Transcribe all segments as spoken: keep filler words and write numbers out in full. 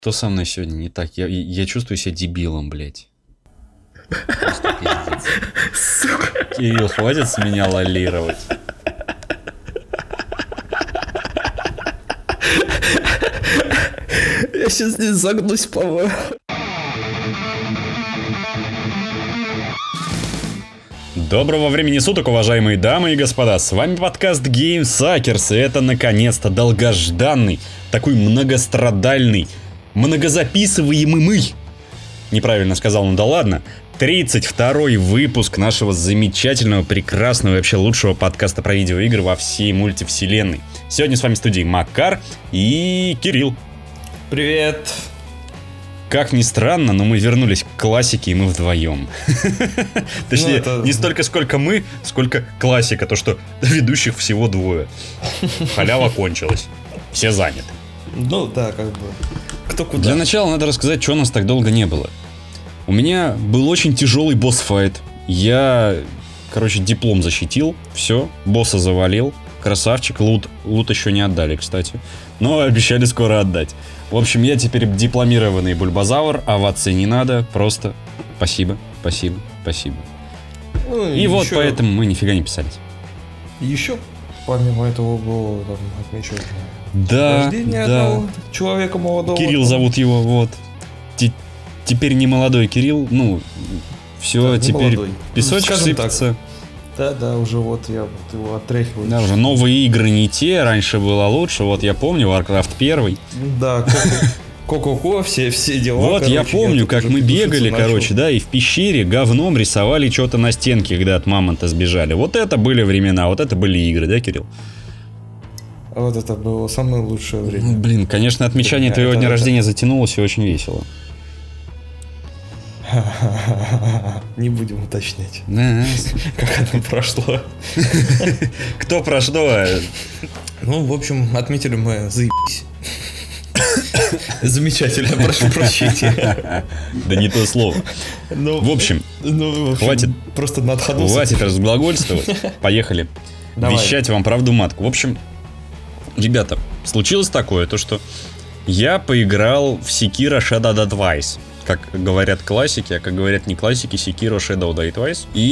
Что со мной сегодня не так? Я, я чувствую себя дебилом, блядь. Сука. Кирилл, хватит с меня лолировать. Я сейчас не загнусь, по-моему. Доброго времени суток, уважаемые дамы и господа. С вами подкаст GameSuckers, и это наконец-то долгожданный, такой многострадальный, многозаписываемый, неправильно сказал, ну да ладно, тридцать второй выпуск нашего замечательного, прекрасного и вообще лучшего подкаста про видеоигры во всей мультивселенной. Сегодня с вами в студии Макар и Кирилл. Привет. Как ни странно, но мы вернулись к классике, и мы вдвоем. Точнее, ну, это... не столько, сколько мы, сколько классика, то, что ведущих всего двое. Халява кончилась. Все заняты. Ну да, как бы. Кто куда. Для начала надо рассказать, что у нас так долго не было. У меня был очень тяжелый босс-файт. Я, короче, диплом защитил. Все, босса завалил. Красавчик, лут, лут еще не отдали, кстати. Но обещали скоро отдать. В общем, я теперь дипломированный бульбазавр, овации не надо, просто спасибо, спасибо, спасибо. Ну, и еще... вот поэтому мы нифига не писались. Еще помимо этого было там отмечать да, рождение да. одного человека молодого. Кирилл зовут его, вот. Т- теперь не молодой Кирилл, ну, все, да, теперь молодой. Песочек сыпется. Так. Да, да, уже вот я вот его отряхиваю. Да, уже новые игры не те, раньше было лучше, вот я помню, Warcraft один. Да, Ко-ко-ко, все, все дела. Вот короче, я помню, я как мы бегали, короче, да, и в пещере говном рисовали что-то на стенке, когда от мамонта сбежали. Вот это были времена, вот это были игры, да, Кирилл? А вот это было самое лучшее время. Ну, блин, конечно, отмечание Блин, твоего это, дня это... рождения затянулось и очень весело. Не будем уточнять. Да. Как оно прошло. Кто прошло? Ну, в общем, отметили мы заебись. Замечательно, прошу прощения. Да не то слово. Ну, в общем, ну, в общем хватит. Просто надходился. Хватит разглагольствовать. Поехали. Давай. Вещать вам правду матку. В общем, ребята, случилось такое, то что я поиграл в Sekiro Shadow Die Twice. Как говорят классики, а как говорят не классики, Sekiro Shadow Die Twice. И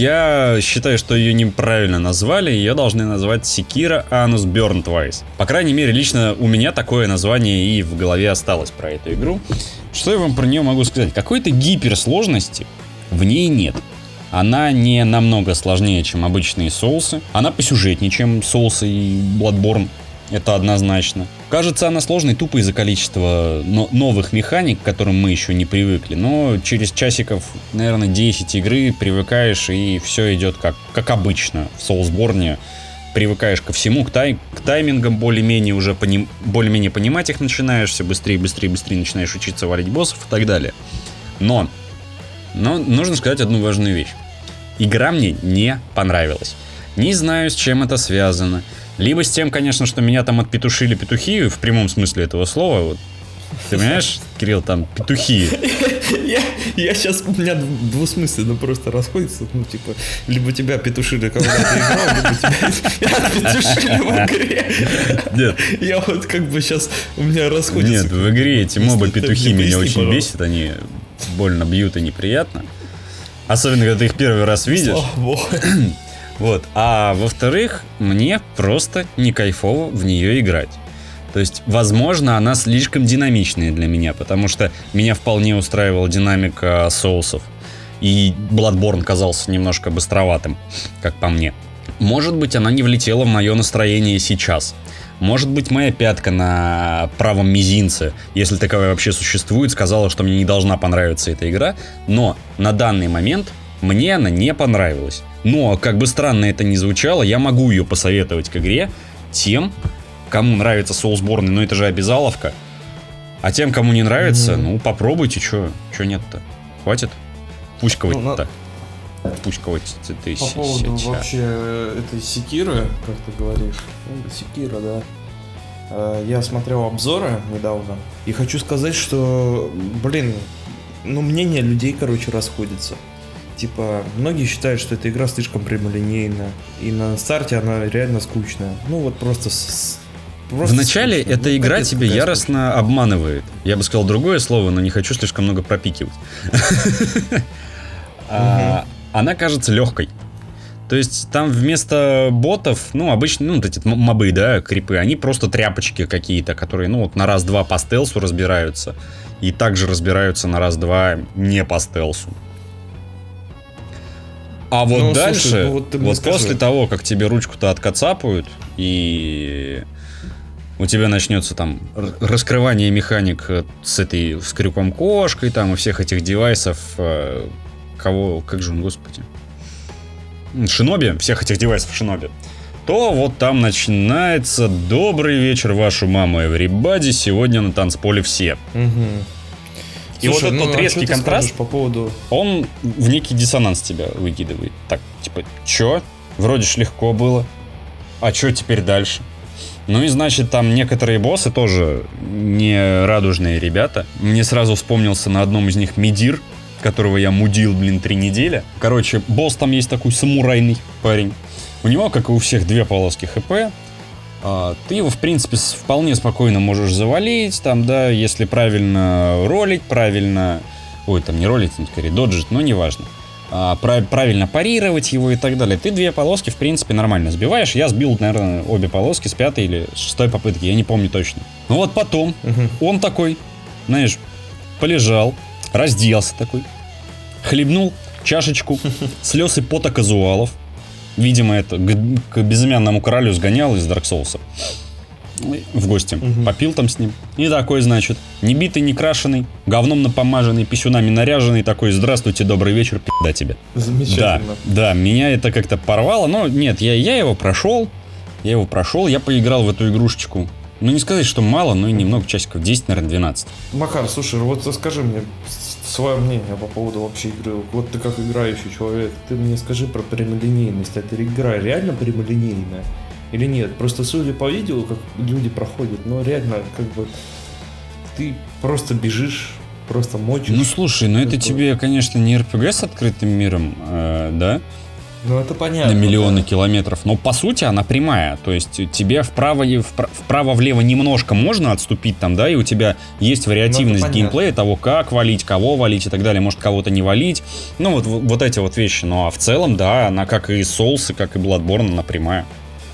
я считаю, что ее неправильно назвали, ее должны назвать Sekiro Anus Burn Twice. По крайней мере, лично у меня такое название и в голове осталось про эту игру. Что я вам про нее могу сказать? Какой-то гиперсложности в ней нет. Она не намного сложнее, чем обычные соусы. Она посюжетнее, чем соусы и Bloodborne. Это однозначно. Кажется, она сложной тупо из-за количества но- новых механик, к которым мы еще не привыкли. Но через часиков, наверное, десять игры привыкаешь, и все идет как, как обычно в Soulsborne. Привыкаешь ко всему, к, тай- к таймингам более-менее уже поним- более-менее понимать их начинаешь, все быстрее, быстрее, быстрее начинаешь учиться валить боссов и так далее. Но, но нужно сказать одну важную вещь. Игра мне не понравилась. Не знаю, с чем это связано. Либо с тем, конечно, что меня там отпетушили петухи, в прямом смысле этого слова. Вот. Ты понимаешь, Кирилл, там петухи. Я, я сейчас, у меня двусмысленно просто расходится. Ну, типа, либо тебя петушили, когда ты играл, либо тебя отпетушили в игре. Нет. Я вот как бы сейчас, у меня расходится. Нет, в игре эти мобы-петухи меня очень бесят, они больно бьют и неприятно. Особенно, когда ты их первый раз видишь. Слава богу. Вот. А во-вторых, мне просто не кайфово в нее играть. То есть, возможно, она слишком динамичная для меня, потому что меня вполне устраивала динамика соусов. И Bloodborne казался немножко быстроватым, как по мне. Может быть, она не влетела в мое настроение сейчас. Может быть, моя пятка на правом мизинце, если таковая вообще существует, сказала, что мне не должна понравиться эта игра. Но на данный момент мне она не понравилась. Но, как бы странно это ни звучало, я могу ее посоветовать к игре тем, кому нравится Soulsborne, но это же обязаловка. А тем, кому не нравится, mm-hmm. ну, попробуйте, что нет-то. Хватит пуськовать-то. Ну, на... Пуськовать ты По поводу ся- вообще этой Sekiro, как ты говоришь, ну, Sekiro, да. Я смотрел обзоры недавно, и хочу сказать, что, блин, ну, мнения людей, короче, расходятся. Типа, многие считают, что эта игра слишком прямолинейная, и на старте она реально скучная. Ну вот просто с, Вначале эта ну, игра тебя яростно скучно. обманывает. Я бы сказал другое слово, но не хочу слишком много пропикивать. Она кажется легкой. То есть там вместо ботов, ну, обычно, ну, вот эти мобы, да, крипы, они просто тряпочки какие-то, которые, ну, вот на раз-два по стелсу разбираются. И также разбираются на раз-два не по стелсу. А вот ну, дальше, слушай, ну, вот, вот после того, как тебе ручку-то откацапают, и у тебя начнется там раскрывание механик с этой, с крюком-кошкой, там, и всех этих девайсов, кого, как же он, господи, Шиноби, всех этих девайсов Шиноби, то вот там начинается добрый вечер, вашу маму, everybody, сегодня на танцполе все. Угу. И Слушай, вот этот ну, вот резкий а контраст, по поводу... он в некий диссонанс тебя выкидывает. Так, типа, чё? Вроде ж легко было. А чё теперь дальше? Ну и значит, там некоторые боссы тоже не радужные ребята. Мне сразу вспомнился на одном из них Мидир, которого я мудил, блин, три недели. Короче, босс там есть такой самурайный парень. У него, как и у всех, две полоски хп. Ты его, в принципе, вполне спокойно можешь завалить, там, да, если правильно ролить, правильно... Ой, там не ролить, скорее доджить, но неважно. А, прав... Правильно парировать его и так далее. Ты две полоски, в принципе, нормально сбиваешь. Я сбил, наверное, обе полоски с пятой или шестой попытки, я не помню точно. Ну вот потом угу. он такой, знаешь, полежал, разделся такой, хлебнул чашечку слез и пота казуалов. Видимо, это к, к безымянному королю сгонял из Dark Souls в гости. Угу. Попил там с ним. И такой, значит, не битый, не крашеный, говном напомаженный, писюнами наряженный, такой: здравствуйте, добрый вечер, пи***да тебе. Замечательно. Да, да, меня это как-то порвало. Но нет, я, я его прошел. Я его прошел, я поиграл в эту игрушечку. Ну, не сказать, что мало, но и немного, часиков десять, наверное, двенадцать. Макар, слушай, вот скажи мне свое мнение по поводу вообще игры. Вот ты как играющий человек, ты мне скажи про прямолинейность. Эта игра реально прямолинейная или нет? Просто судя по видео, как люди проходят, но реально как бы ты просто бежишь, просто мочишь. Ну слушай, ну это тебе, конечно, не эр пи джи с открытым миром, э, да? Ну это понятно. На миллионы да. километров. Но по сути она прямая. То есть тебе вправо, вправо-влево немножко можно отступить там, да, и у тебя есть вариативность геймплея того, как валить, кого валить и так далее. Может, кого-то не валить. Ну вот, вот эти вот вещи. Ну а в целом, да, она как и Souls, как и Bloodborne, она прямая.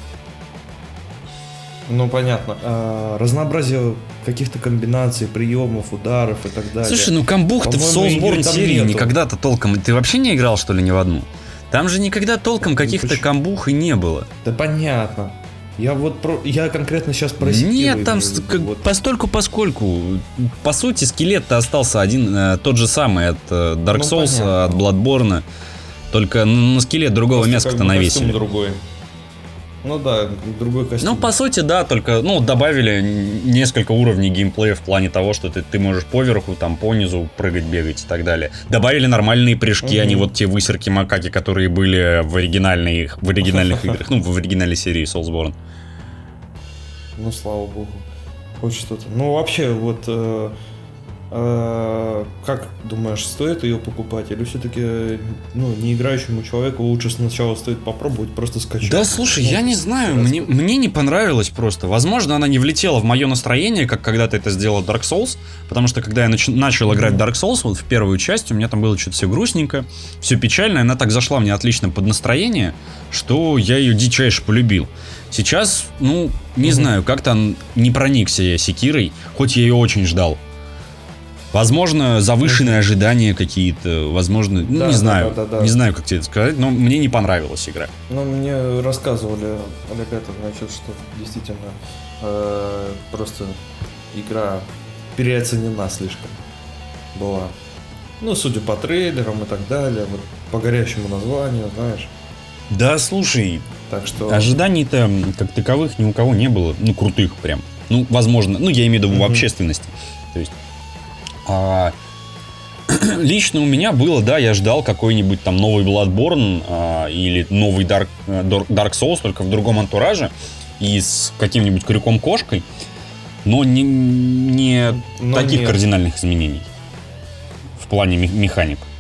Ну, понятно. А, разнообразие каких-то комбинаций, приемов, ударов и так далее. Слушай, ну камбух-то в Soulsborne серии нету. Никогда-то толком... Ты вообще не играл, что ли, ни в одну? Там же никогда толком каких-то Почему? камбух и не было. Да понятно. Я вот про... Я конкретно сейчас про Секиру. Нет, там с... как... вот. постольку поскольку. По сути, скелет-то остался один, э, тот же самый от э, Dark ну, Souls, понятно. От Bloodborne. Только на скелет другого мяска-то навесили. Другой. Ну да, другой костюм. Ну, по сути, да, только, ну, добавили несколько уровней геймплея в плане того, что ты, ты можешь поверху, там, по низу прыгать, бегать и так далее. Добавили нормальные прыжки, угу. а не вот те высерки-макаки, которые были в оригинальных, в оригинальных играх, ну, в оригинальной серии Soulsborne. Ну, слава богу. Хоть что-то. Ну, вообще, вот... Э... Как думаешь, стоит ее покупать? Или все-таки ну, не играющему человеку лучше сначала стоит попробовать, просто скачать? Да слушай, ну, я не знаю, мне, мне не понравилось просто. Возможно, она не влетела в мое настроение, как когда-то это сделала Dark Souls. Потому что когда я нач- начал играть в Dark Souls, вот в первую часть, у меня там было что-то все грустненько, все печально, и она так зашла мне отлично под настроение, что я ее дичайше полюбил. Сейчас, ну, не mm-hmm. знаю, как-то не проникся я Секирой, хоть я ее очень ждал. Возможно, завышенные ожидания какие-то, возможно, ну, да, не знаю, да, да, да. не знаю, как тебе это сказать, но мне не понравилась игра. Ну, мне рассказывали ребята, значит, что действительно э, просто игра переоценена слишком была. Ну, судя по трейлерам и так далее, вот по горящему названию, знаешь. Да, слушай, так что... ожиданий-то как таковых ни у кого не было, ну, крутых прям. Ну, возможно, ну, я имею в виду mm-hmm. в общественности, то есть... А, лично у меня было, да, я ждал какой-нибудь там новый Bloodborne а, или новый Dark, Dark Souls, только в другом антураже и с каким-нибудь крюком-кошкой, но не, не но таких нет. кардинальных изменений в плане механик.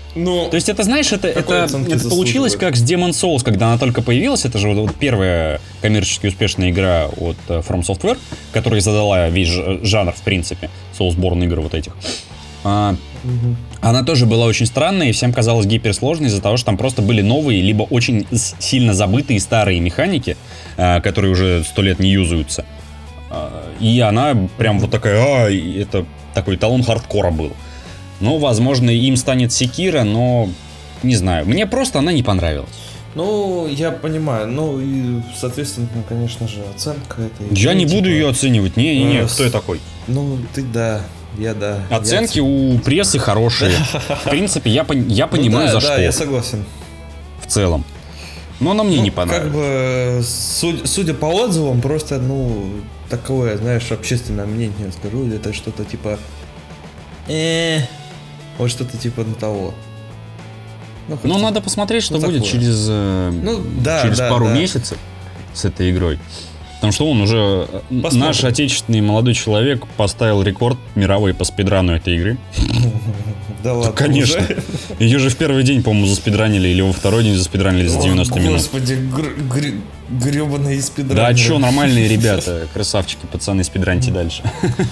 Ну, то есть это, знаешь, это, это, это получилось как с Demon's Souls, когда она только появилась. Это же вот, вот первая коммерчески успешная игра от From Software, которая задала весь жанр, в принципе, Soulsborne игр вот этих. А, угу. Она тоже была очень странная и всем казалась гиперсложной из-за того, что там просто были новые, либо очень сильно забытые старые механики, а, которые уже сто лет не юзаются. А, и она прям вот такая, а, это такой эталон хардкора был. Ну, возможно, им станет Секиро, но не знаю. Мне просто она не понравилась. Ну, я понимаю. Ну, и, соответственно, конечно же, оценка этой... Я не буду ее оценивать. Не-не-не, кто я такой? Ну, ты да, я да. Оценки у прессы хорошие. В принципе, я понимаю, за что. Да, я согласен. В целом. Но она мне не понравилась. Как бы, судя по отзывам, просто, ну, такое, знаешь, общественное мнение, скажу, это что-то типа... Э, вот что-то типа на того. Ну, ну надо посмотреть, что ну, будет такое. через, ну, да, через да, пару да. месяцев с этой игрой. Потому что он уже, Посмотрим. наш отечественный молодой человек поставил рекорд мировой по спидрану этой игры. Да ладно. Конечно. Ее же в первый день, по-моему, заспидранили, или во второй день заспидранили за девяносто минут. Господи, гребаные спидранеры. Да, а что, нормальные ребята, красавчики, пацаны, спидраньте дальше.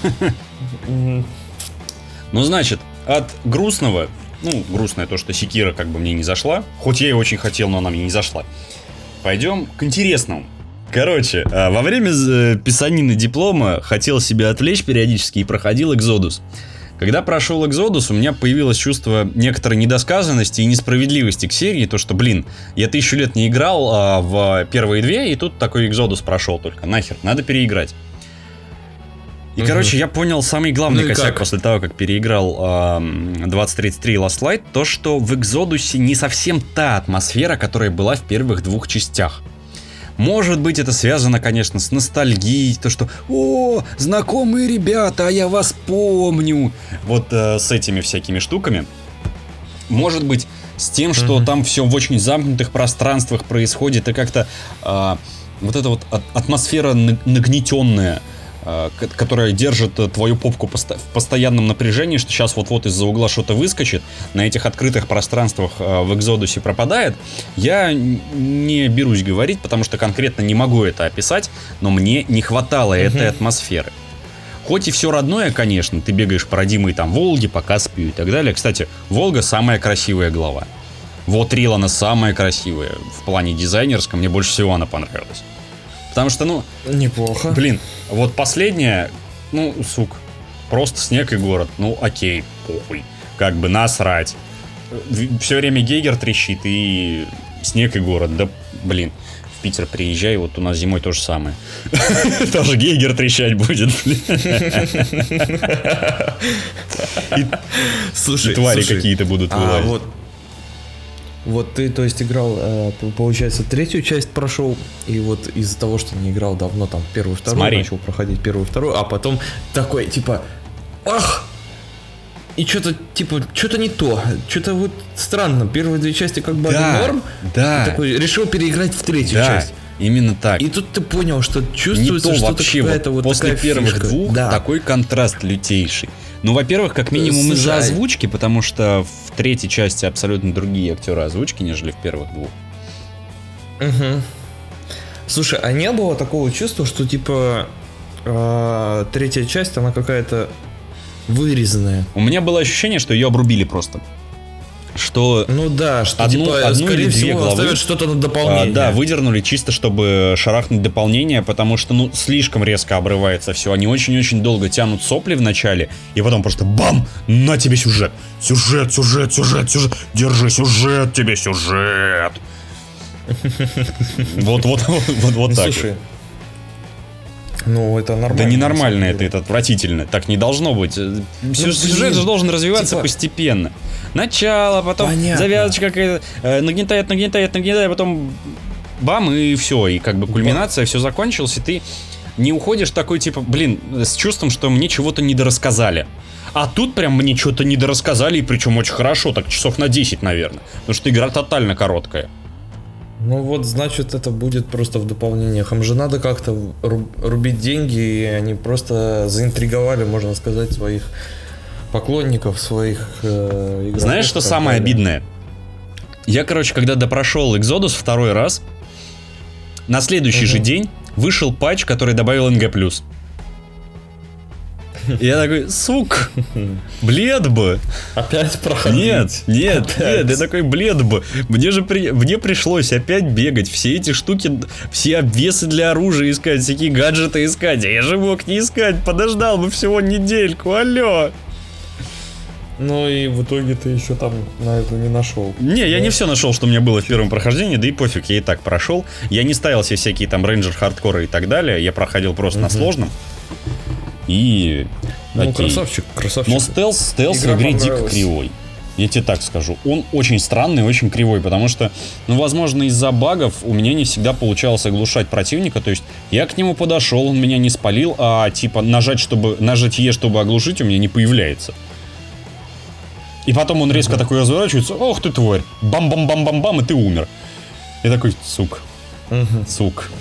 Ну, значит, от грустного, ну, грустное то, что Секиро как бы мне не зашла, хоть я и очень хотел, но она мне не зашла. Пойдем к интересному. Короче, во время писанины диплома хотел себя отвлечь периодически и проходил Exodus. Когда прошел Exodus, у меня появилось чувство некоторой недосказанности и несправедливости к серии, то что, блин, я тысячу лет не играл а, в первые две, и тут такой Exodus прошел только, нахер, надо переиграть. И, угу. короче, я понял самый главный ну косяк как? после того, как переиграл э, двадцать тридцать три Last Light, то, что в Exodus не совсем та атмосфера, которая была в первых двух частях. Может быть, это связано, конечно, с ностальгией, то, что «О, знакомые ребята, а я вас помню!» Вот э, с этими всякими штуками. Может быть, с тем, что mm-hmm. там все в очень замкнутых пространствах происходит, и как-то э, вот эта вот атмосфера нагнетенная, которая держит твою попку в постоянном напряжении, что сейчас вот-вот из-за угла что-то выскочит, на этих открытых пространствах в Экзодусе пропадает, я не берусь говорить, потому что конкретно не могу это описать, но мне не хватало uh-huh. этой атмосферы. Хоть и все родное, конечно, ты бегаешь по родимой там Волге, по Каспию и так далее. Кстати, Волга самая красивая глава. Вот Рил, она самая красивая. В плане дизайнерском мне больше всего она понравилась. Потому что, ну... Неплохо. Блин, вот последняя, ну, сук, просто снег и город. Ну, окей, похуй. Как бы насрать. Все время Гейгер трещит и снег и город. Да, блин, в Питер приезжай, вот у нас зимой то же самое. Тоже Гейгер трещать будет, блин. Слушай, твари какие-то будут вылазить. Вот ты, то есть, играл, получается, третью часть прошел, и вот из-за того, что не играл давно, там, первую, вторую, Смотри. начал проходить первую, вторую, а потом такой, типа, ах! И что-то, типа, что-то не то, что-то вот странно, первые две части как бы да, норм, да. и такой, решил переиграть в третью да, часть. Именно так. И тут ты понял, что чувствуется, не то что-то вообще, какая-то вот после такая первых фишка. двух да. такой контраст лютейший. Ну, во-первых, как минимум Слушай, из-за озвучки, потому что в третьей части абсолютно другие актеры озвучки, нежели в первых двух. Угу. Слушай, а не было такого чувства, что типа э, третья часть, она какая-то вырезанная? У меня было ощущение, что ее обрубили просто. Что ну да, что одну, типа, одну скорее или две всего, главы оставят что-то на дополнение. А, да, выдернули чисто, чтобы шарахнуть дополнение, потому что, ну, слишком резко обрывается все. Они очень-очень долго тянут сопли в начале, и потом просто бам! На тебе сюжет! Сюжет, сюжет, сюжет, сюжет! Держи сюжет, тебе сюжет! Вот-вот, вот так. Слушай, ну, это нормально. Да ненормально это, это отвратительно. Так не должно быть. Сюжет же должен развиваться постепенно. Начало, потом завязочка какая-то, нагнетает, нагнетает, нагнетает, потом бам, и все. И как бы кульминация, все закончилось, и ты не уходишь такой, типа, блин, с чувством, что мне чего-то недорассказали. А тут прям мне что-то недорассказали, и причем очень хорошо, так часов на десять, наверное. Потому что игра тотально короткая. Ну вот, значит, это будет просто в дополнениях. Им же надо как-то рубить деньги, и они просто заинтриговали, можно сказать, своих поклонников своих э, игроков. Знаешь, что самое обидное? Я, короче, когда допрошел Exodus второй раз, на следующий uh-huh. же день вышел патч, который добавил эн джи плюс. Я такой, сука, блед бы. Опять проходить. Нет, нет, опять. нет, я такой, блед бы. Мне же при... мне пришлось опять бегать, все эти штуки, все обвесы для оружия искать, всякие гаджеты искать. А я же мог не искать, подождал бы всего недельку, алло. Ну и в итоге ты еще там на это не нашел. Не, да? Я не все нашел, что у меня было в первом прохождении, да и пофиг, я и так прошел. Я не ставил себе всякие там рейнджер, хардкоры и так далее, я проходил просто угу. на сложном. И... Ну, окей. красавчик, красавчик. Но стелс, стелс в игре дико кривой. Я тебе так скажу. Он очень странный, очень кривой, потому что, ну, возможно, из-за багов у меня не всегда получалось оглушать противника. То есть я к нему подошел, он меня не спалил, а типа нажать, чтобы, нажать Е, чтобы оглушить, у меня не появляется. И потом он резко uh-huh. такой разворачивается. Ох ты, тварь. Бам-бам-бам-бам-бам, и ты умер. Я такой, сук. Uh-huh. Сук.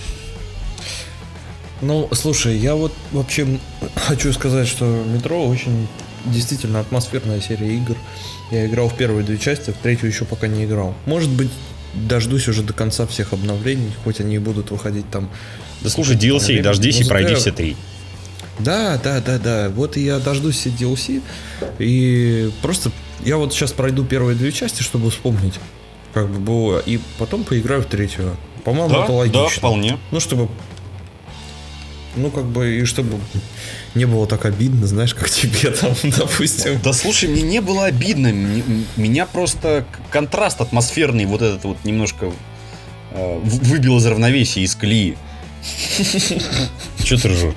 Ну, слушай, я вот вообще хочу сказать, что Метро очень действительно атмосферная серия игр. Я играл в первые две части, в третью еще пока не играл. Может быть, дождусь уже до конца всех обновлений, хоть они и будут выходить там. Да слушай, ди эл си, дождись и пройди все три. Да, да, да, да. Вот и я дождусь все ди эл си. И просто я вот сейчас пройду первые две части, чтобы вспомнить, как бы было. И потом поиграю в третью. По-моему, да, это логично. Да, вполне. Ну, чтобы... Ну, как бы, и чтобы не было так обидно, знаешь, как тебе там, допустим. Да слушай, мне не было обидно. Меня просто контраст атмосферный вот этот вот немножко э, выбил из равновесия, из колеи. Че ты ржешь?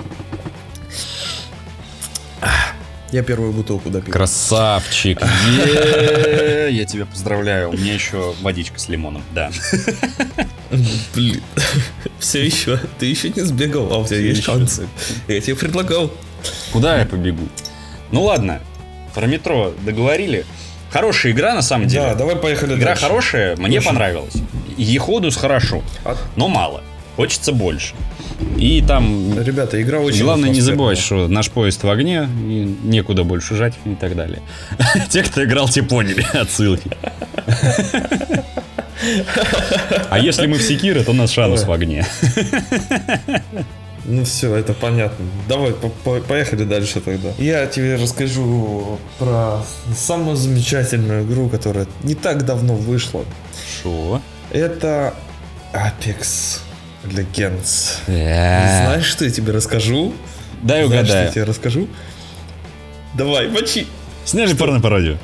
Я первую бутылку допил. Красавчик. Я тебя поздравляю. У меня еще водичка с лимоном, да. Блин. Все еще. Ты еще не сбегал, а у тебя есть шансы. Я тебе предлагал. Куда я побегу? Ну ладно. Про метро договорили. Хорошая игра, на самом деле. Да, давай поехали Игра дальше. Хорошая, мне Очень. понравилась. Еходус хорошо, а... но мало. Хочется больше. И там... Ребята, игра очень... Главное не забывать, что наш поезд в огне, и некуда больше жать и так далее. Те, кто играл, те поняли отсылки. А если мы в Секиро, то у нас Шанус в огне. Ну все, это понятно. Давай, по- поехали дальше тогда. Я тебе расскажу про самую замечательную игру, которая не так давно вышла. Шо? Это Apex Legends. Yeah. Знаешь, что я тебе расскажу? Дай угадаю. Знаешь, что я тебе расскажу? Давай, мочи. Сняли порно-пародию.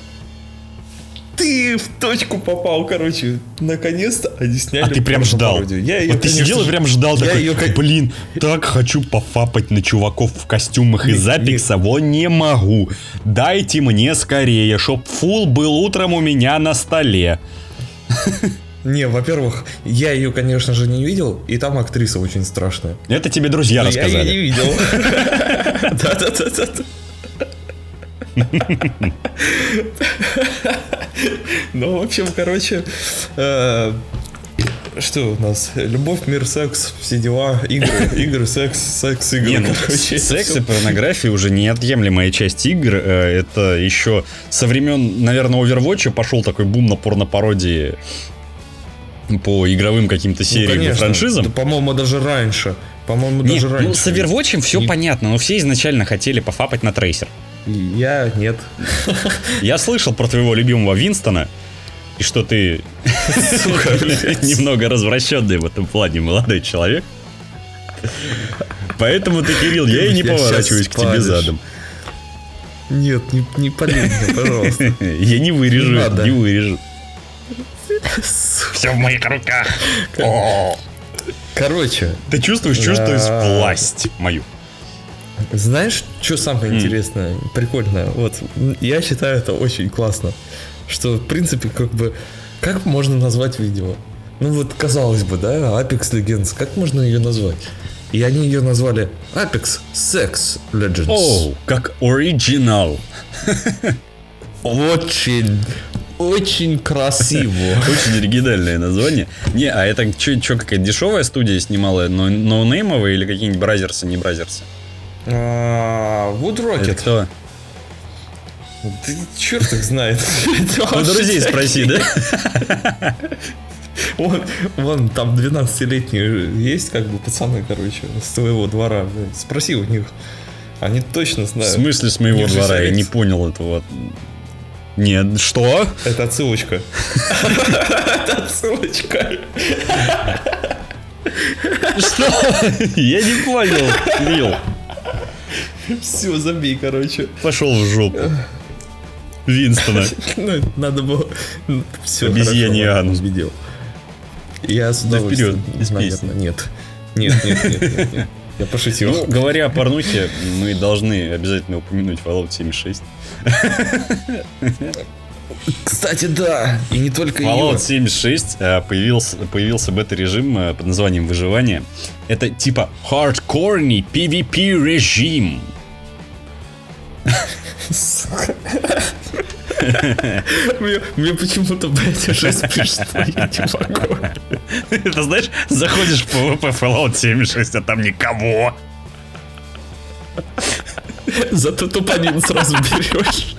Ты в точку попал, короче. Наконец-то они сняли. А ты прям ждал. Я ее, вот ты конечно, сидел и прям ждал. Такой, ее... блин, так хочу пофапать на чуваков в костюмах из Апекса, во не могу. Дайте мне скорее, чтоб фул был утром у меня на столе. Не, во-первых, я ее, конечно же, не видел, и там актриса очень страшная. Это тебе друзья но рассказали. Я ее не видел. Да-да-да-да. Ну, в общем, короче, э, что у нас? Любовь, мир, секс, все дела, игры, игры, секс, секс, игры. Не, ну, короче, секс и порнография уже неотъемлемая часть игр. Это еще со времен, наверное, Overwatch пошел такой бум на порно-пародии по игровым каким-то сериям и ну, франшизам. Да, по-моему, даже раньше. По-моему, Нет, даже раньше. Ну, с Overwatch все не... понятно, но все изначально хотели пофапать на трейсер. Я нет. Я слышал про твоего любимого Винстона, и что ты немного развращенный в этом плане молодой человек. Поэтому ты, Кирилл, я и не поворачиваюсь к тебе задом. Нет, не, не пали меня, пожалуйста. Я не вырежу, не вырежу. Все в моих руках. Короче. Ты чувствуешь, чувствуешь власть мою. Знаешь, что самое mm. интересное, прикольное? Вот, я считаю это очень классно. Что, в принципе, как бы, как можно назвать видео? Ну вот, казалось бы, да, Apex Legends, как можно ее назвать? И они ее назвали Apex Sex Legends. О, как оригинал. Очень, очень красиво. Очень оригинальное название. Не, а это что, какая-то дешевая студия снимала? Ноунеймовая или какие-нибудь бразерсы, не бразерсы? Wood Rocket. Это кто? Ты черт их знает. У друзей спроси, да? Вон, вон там двенадцатилетние есть, как бы, пацаны, короче, с твоего двора. Спроси у них. Они точно знают. В смысле с моего двора? Я не понял этого. Нет, что? Это отсылочка. Это отсылочка. Что? Я не понял, Лил. Все, забей, короче. Пошел в жопу. Винстона. Ну, надо было... Все, обезьяний анус. Видел. Я с удовольствием. Вперед, из песни. Нет. Нет, нет, нет, нет, нет. Я пошутил. Ну, говоря о порнухе, мы должны обязательно упомянуть Fallout семьдесят шесть. Кстати, да. И не только Fallout ее. семьдесят шесть появился, появился бета-режим под названием «Выживание». Это типа hardcore пи ви пи режим. Мне, мне почему-то, блядь, уже смешно, я не могу. Ты знаешь, заходишь в PvP Fallout семьдесят шесть, а там никого. Зато тупанин сразу берешь.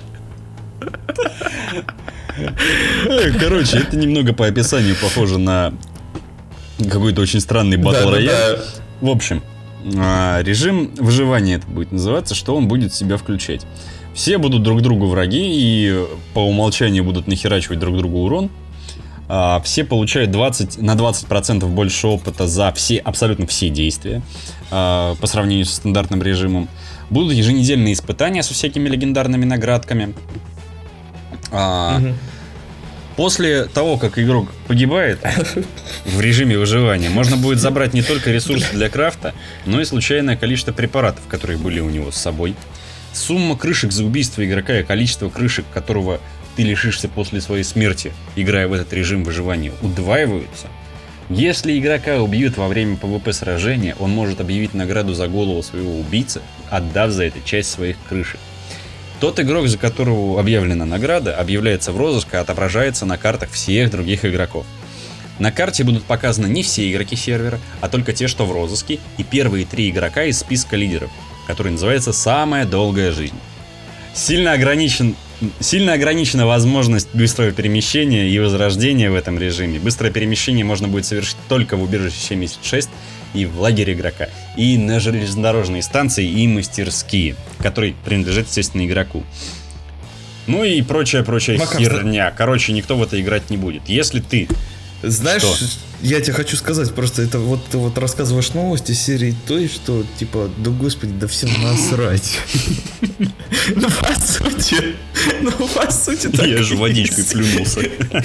Короче, это немного по описанию похоже на какой-то очень странный батл рояль. Да, да. В общем, режим выживания это будет называться, что он будет в себя включать. Все будут друг другу враги и по умолчанию будут нахерачивать друг другу урон. Все получают двадцать, на двадцать процентов больше опыта за все, абсолютно все действия по сравнению со стандартным режимом. Будут еженедельные испытания со всякими легендарными наградками. Угу. После того, как игрок погибает в режиме выживания, можно будет забрать не только ресурсы для крафта, но и случайное количество препаратов, которые были у него с собой. Сумма крышек за убийство игрока и количество крышек, которого ты лишишься после своей смерти, играя в этот режим выживания, удваиваются. Если игрока убьют во время PvP сражения, он может объявить награду за голову своего убийцы, отдав за это часть своих крышек. Тот игрок, за которого объявлена награда, объявляется в розыск и отображается на картах всех других игроков. На карте будут показаны не все игроки сервера, а только те, что в розыске, и первые три игрока из списка лидеров, который называется «Самая долгая жизнь». Сильно, ограничен, сильно ограничена возможность быстрого перемещения и возрождения в этом режиме. Быстрое перемещение можно будет совершить только в убежище семьдесят шесть и в лагере игрока, и на железнодорожные станции и мастерские, которые принадлежат, естественно, игроку. Ну и прочая-прочая херня. Короче, никто в это играть не будет. Если ты... Знаешь, что? Я тебе хочу сказать, просто это вот ты вот рассказываешь новости серии той, что типа, да господи, да всем насрать. Ну по сути, ну по сути так. Я же водичкой плюнулся.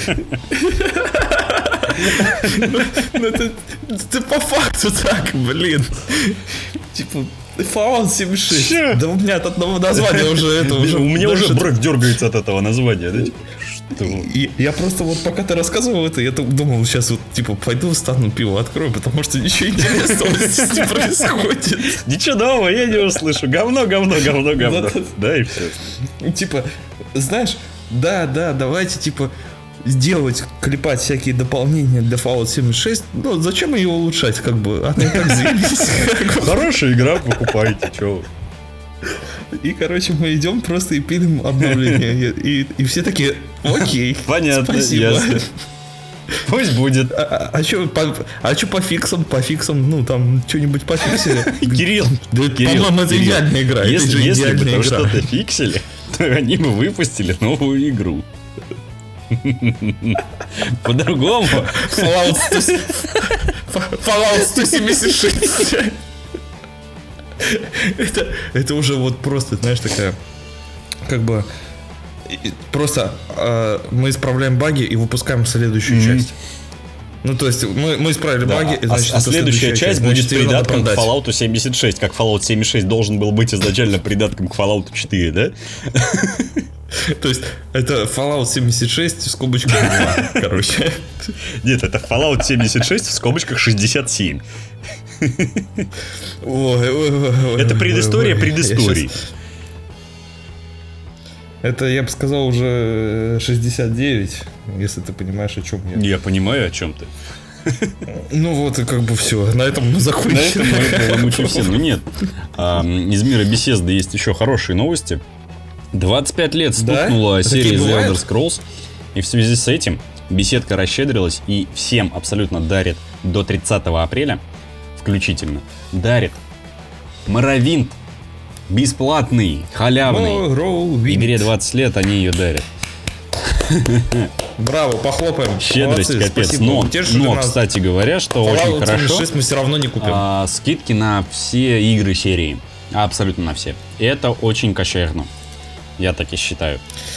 Ну это по факту так, блин. Типа, Fallout семьдесят шесть. Да у меня от одного названия уже это уже. У меня уже бровь дергается от этого названия, да? И я просто вот пока ты рассказывал это, я думал, сейчас вот типа пойду встану, пиво открою, потому что ничего интересного здесь не происходит. Ничего нового я не услышу. Говно, говно, говно, говно. Да и все. Типа, знаешь, да, да, давайте типа сделать, клепать всякие дополнения для Fallout семьдесят шесть. Ну, зачем ее улучшать, как бы? Она и так заебись. Хорошая игра, покупайте, чё. И, короче, мы идем просто и пилим обновление. И, и все такие, окей, понятно, спасибо. Ясно. Пусть будет. А, а, а что по, а по фиксам? По фиксам, ну, там, что-нибудь пофиксили? Кирилл, да, Кирилл, по-моему, это Кирилл. идеальная игра. Если, это если идеальная бы там игра. что-то фиксили, то они бы выпустили новую игру. По-другому. Fallout сто семьдесят шесть. Это, это уже вот просто, знаешь, такая, как бы, просто э, мы исправляем баги и выпускаем следующую mm-hmm. часть. Ну, то есть, мы, мы исправили да, баги, и, значит, а, а следующая часть, часть будет значит, придатком к Fallout семьдесят шесть, как Fallout семьдесят шесть должен был быть изначально придатком к Fallout четыре, да? То есть, это Fallout семьдесят шесть в скобочках два, короче. Нет, это Fallout семьдесят шесть в скобочках шестьдесят семь. Ой, ой, ой, это предыстория предыстории. Сейчас... Это, я бы сказал, уже шестьдесят девять, если ты понимаешь, о чем я. Я понимаю, о чем ты. Ну вот, и как бы все. На этом мы закончили. На этом мы баламучим все. Ну нет. А, из мира Bethesda есть еще хорошие новости. двадцать пять лет Да? стукнула серия Такие The бывают? Elder Scrolls, и в связи с этим беседка расщедрилась и всем абсолютно дарит до тридцатого апреля включительно, дарит Morrowind бесплатный, халявный. Morrowind. Игре двадцать лет, они ее дарят. Браво, похлопаем. Щедрость, Молодцы, капец. спасибо. Но, Утешили но нас. кстати говоря, что Fallout очень хорошо, семьдесят шесть мы все равно не купим. а, скидки на все игры серии. Абсолютно на все. И это очень кошерно. Я так и считаю.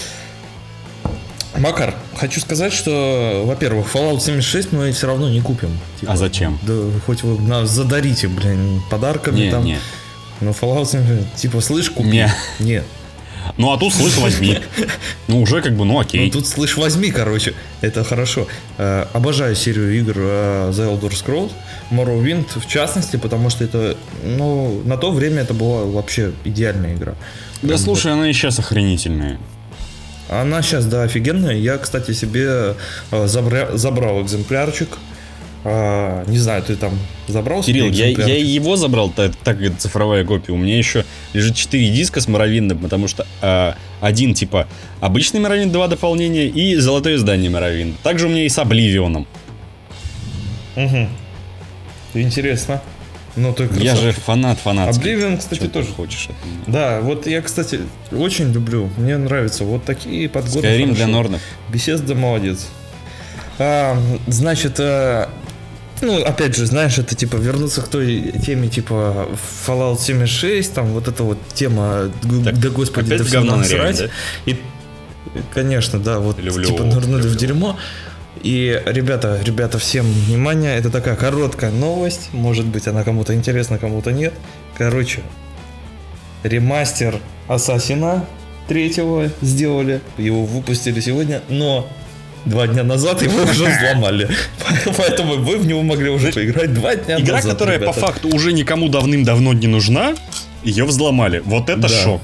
Макар, хочу сказать, что, во-первых, Fallout семьдесят шесть мы все равно не купим. Типа, А зачем? Да хоть вы нас задарите, блин, подарками Не, там. не. Но Fallout семьдесят шесть, типа, слышь, купи. Не. Нет. Ну а тут слышь, возьми. Ну уже как бы, ну окей. Ну тут слышь, возьми, короче. Это хорошо. Э, обожаю серию игр э, The Elder Scrolls. Morrowind в частности, потому что это, ну, на то время это была вообще идеальная игра. Да слушай, она и сейчас охренительная. Она сейчас, да, офигенная. Я, кстати, себе э, забра- забрал экземплярчик. А, не знаю, ты там забрал Кирилл, себе я, экземплярчик? я его забрал, так, так это цифровая копия. У меня еще лежит четыре диска с Morrowind, потому что а, один типа обычный Morrowind, два дополнения и золотое издание Morrowind. Также у меня и с Обливионом. Угу. Интересно. Ну, ты Я красавчик. же фанат фанат. Oblivion, кстати, тоже. Хочешь от меня? Да, вот я, кстати, очень люблю. Мне нравится. Вот такие подгоны. Skyrim хорошо. для нордов. Bethesda молодец. А, значит, а, ну, опять же, знаешь, это типа вернуться к той теме, типа Fallout семьдесят шесть, там вот эта вот тема, Так, да господи, опять да в все говно насрать. ныряем, И, конечно, да, вот Люблю, типа нырнули люблю. в дерьмо. И, ребята, ребята, всем внимание, это такая короткая новость, может быть, она кому-то интересна, кому-то нет. Короче, ремастер Ассасина третьего сделали, его выпустили сегодня, но два дня назад его уже взломали. Поэтому вы в него могли уже поиграть два дня Игра, назад. которая ребята. по факту уже никому давным-давно не нужна, ее взломали. Вот это Да. шок.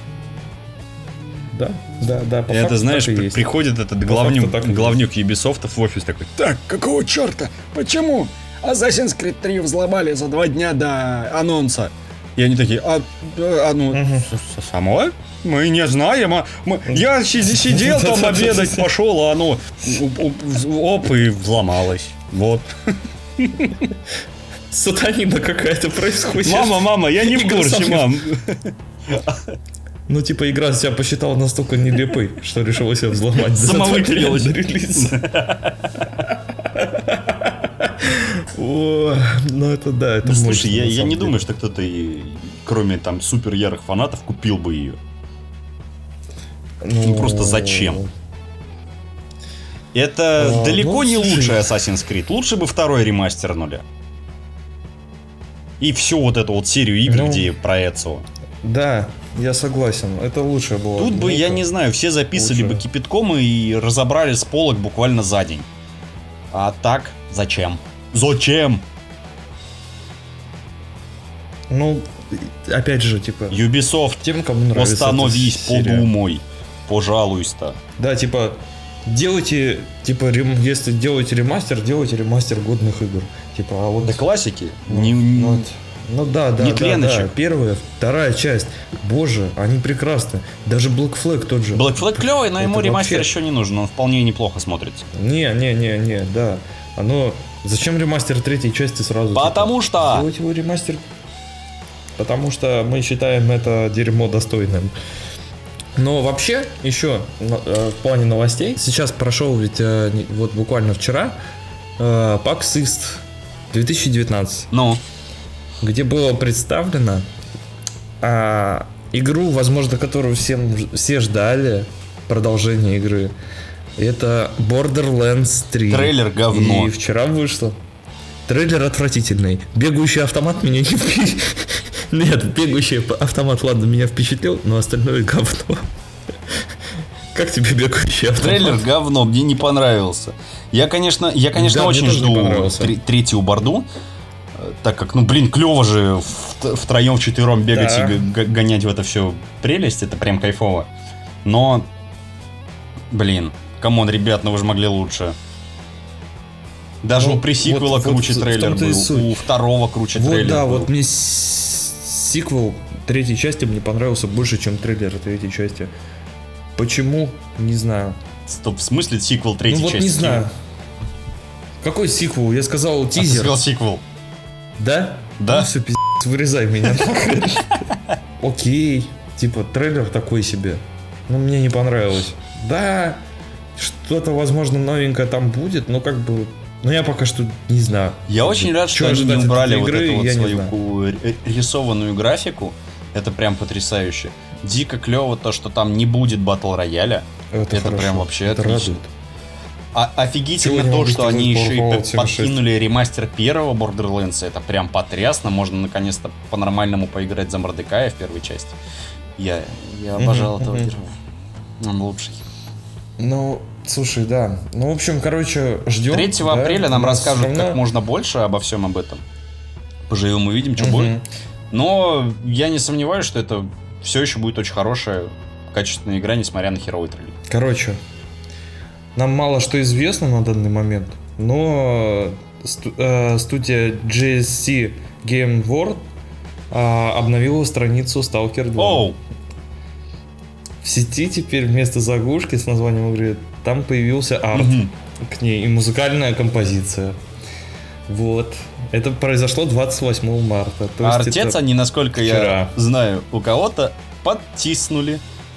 Да, да, да. по И это, факту знаешь, так и при- есть. приходит этот По главнюк, факту так и есть. главнюк Ubisoft в офис такой: так, какого черта? Почему Assassin's Creed три взломали за два дня до анонса? И они такие: а, а ну, Мгм. с- с- само? Мы не знаем, а мы- я си- сидел там обедать, пошел, а оно у- у- оп, и взломалось. Вот. Сатанина какая-то происходит. Мама, мама, я не в Игра курсе, сама- мам. Ну, типа, игра себя посчитала настолько нелепой, что решила себя взломать. Самовыпилилась. До релиза. О, ну это да, это Да, мощно, слушай, я, на я самом не деле. думаю, что кто-то, и, кроме там супер ярых фанатов, купил бы ее. Ну просто зачем? Это А, далеко ну, не слушай. лучший Assassin's Creed. Лучше бы второй ремастернули. И всю вот эту вот серию игр, Ну, где про Эцио. Да, я согласен. Это лучше было. Тут бы, Ну, я это- не знаю, все записали лучше. бы кипятком и разобрали с полок буквально за день. А так, зачем? Зачем? Ну, опять же, типа, Ubisoft, тем, кому нравится остановись, эта серия. подумай. Пожалуйста. Да, типа, делайте, типа, рем- если делаете ремастер, делайте ремастер годных игр. Типа, а вот... До классики? Ну, Не- ну, вот, ну да, да, Нет да, леночек. да. Первая, вторая часть. Боже, они прекрасны. Даже Black Flag тот же. Black Flag клевый, но Это ему ремастер вообще- еще не нужен, он вполне неплохо смотрится. Не, не, не, не, да. Оно... Зачем ремастер третьей части сразу? Потому типа, что- Сделать его ремастер... Потому что мы считаем это дерьмо достойным. Но вообще, еще ну, э, в плане новостей, сейчас прошел ведь э, не- вот буквально вчера э, PAX East две тысячи девятнадцать, Ну, где было представлено а, игру, возможно, которую всем, ж- все ждали, продолжение игры. Это Borderlands три. трейлер говно. И вчера вышло. Трейлер отвратительный. Бегающий автомат меня не впечатлил. Нет, бегающий автомат, ладно, меня впечатлил, но остальное говно. Как тебе бегающий автомат? Трейлер говно, мне не понравился. Я, конечно, я, конечно, Да, мне очень тоже не жду понравился. тре- третью борду. э, Так как, ну, блин, клево же в- втроем, вчетвером бегать Да. и г- г- гонять в это все прелесть, это прям кайфово. Но, блин, камон, ребят, ну вы же могли лучше. Даже Ну, у пресиквела вот- вот круче в трейлер том-то и был, суть. у второго круче Вот трейлер да, был. вот мне с- сиквел третьей части мне понравился больше, чем трейлер третьей части. Почему? Не знаю. Стоп, в смысле сиквел третьей ну, вот части? не знаю. Какой сиквел? Я сказал тизер. А ты сказал сиквел. Да? Да. Ну все, пиздец, вырезай меня. Окей. Типа, трейлер такой себе. Ну, мне не понравилось. Да, что-то, возможно, новенькое там будет, но как бы... Ну, я пока что не знаю. Я очень рад, что они не убрали вот эту вот свою рисованную графику. Это прям потрясающе. Дико клево то, что там не будет батл рояля. Это, это прям вообще это отлично. А, офигительно Сегодня то, что они еще и подкинули ремастер первого Borderlands. Это прям потрясно. Можно наконец-то по-нормальному поиграть за Мордекая в первой части. Я, я обожал этого героя. Он лучший. Ну, слушай, да. Ну, в общем, короче, ждем. третьего да, апреля нам расскажут равно... как можно больше обо всем об этом. Поживем, увидим, что будет. Но я не сомневаюсь, что это все еще будет очень хорошая, качественная игра, несмотря на херовый трейлер. Короче, нам мало что известно на данный момент, но сту- э, студия джи эс си Game World э, обновила страницу Stalker два. Oh. В сети теперь вместо заглушки с названием игры там появился арт mm-hmm. к ней и музыкальная композиция. Вот. Это произошло двадцать восьмого марта. То а есть артец они, насколько вчера. Я знаю, у кого-то подтиснули.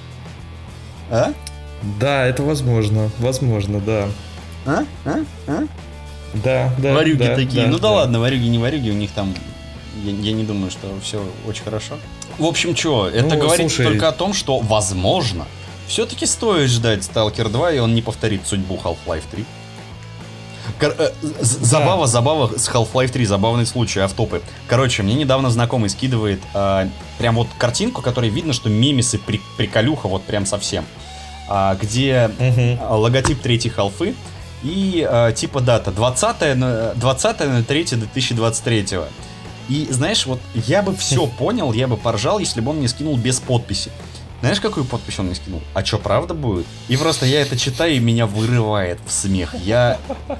А? Да, это возможно. Возможно, да. А? А? А? Да, да. Варюги да, такие. Да, ну да, да ладно, варюги не варюги, у них там... Я, я не думаю, что все очень хорошо. В общем, что, это ну, говорит слушай... только о том, что, возможно, все-таки стоит ждать Stalker два, и он не повторит судьбу Half-Life три. Кор- э, забава, да. забава с Half-Life три, забавный случай, автопы. Короче, мне недавно знакомый скидывает э, прям вот картинку, которой видно, что мемесы при- приколюха вот прям совсем. Э, где угу. логотип третьей Half-Life и э, типа дата двадцатое ноль третье две тысячи двадцать третьего. И знаешь, вот я бы все понял, я бы поржал, если бы он мне скинул без подписи. Знаешь, какую подпись он мне скинул? А что, правда будет? И просто я это читаю, и меня вырывает в смех. Я...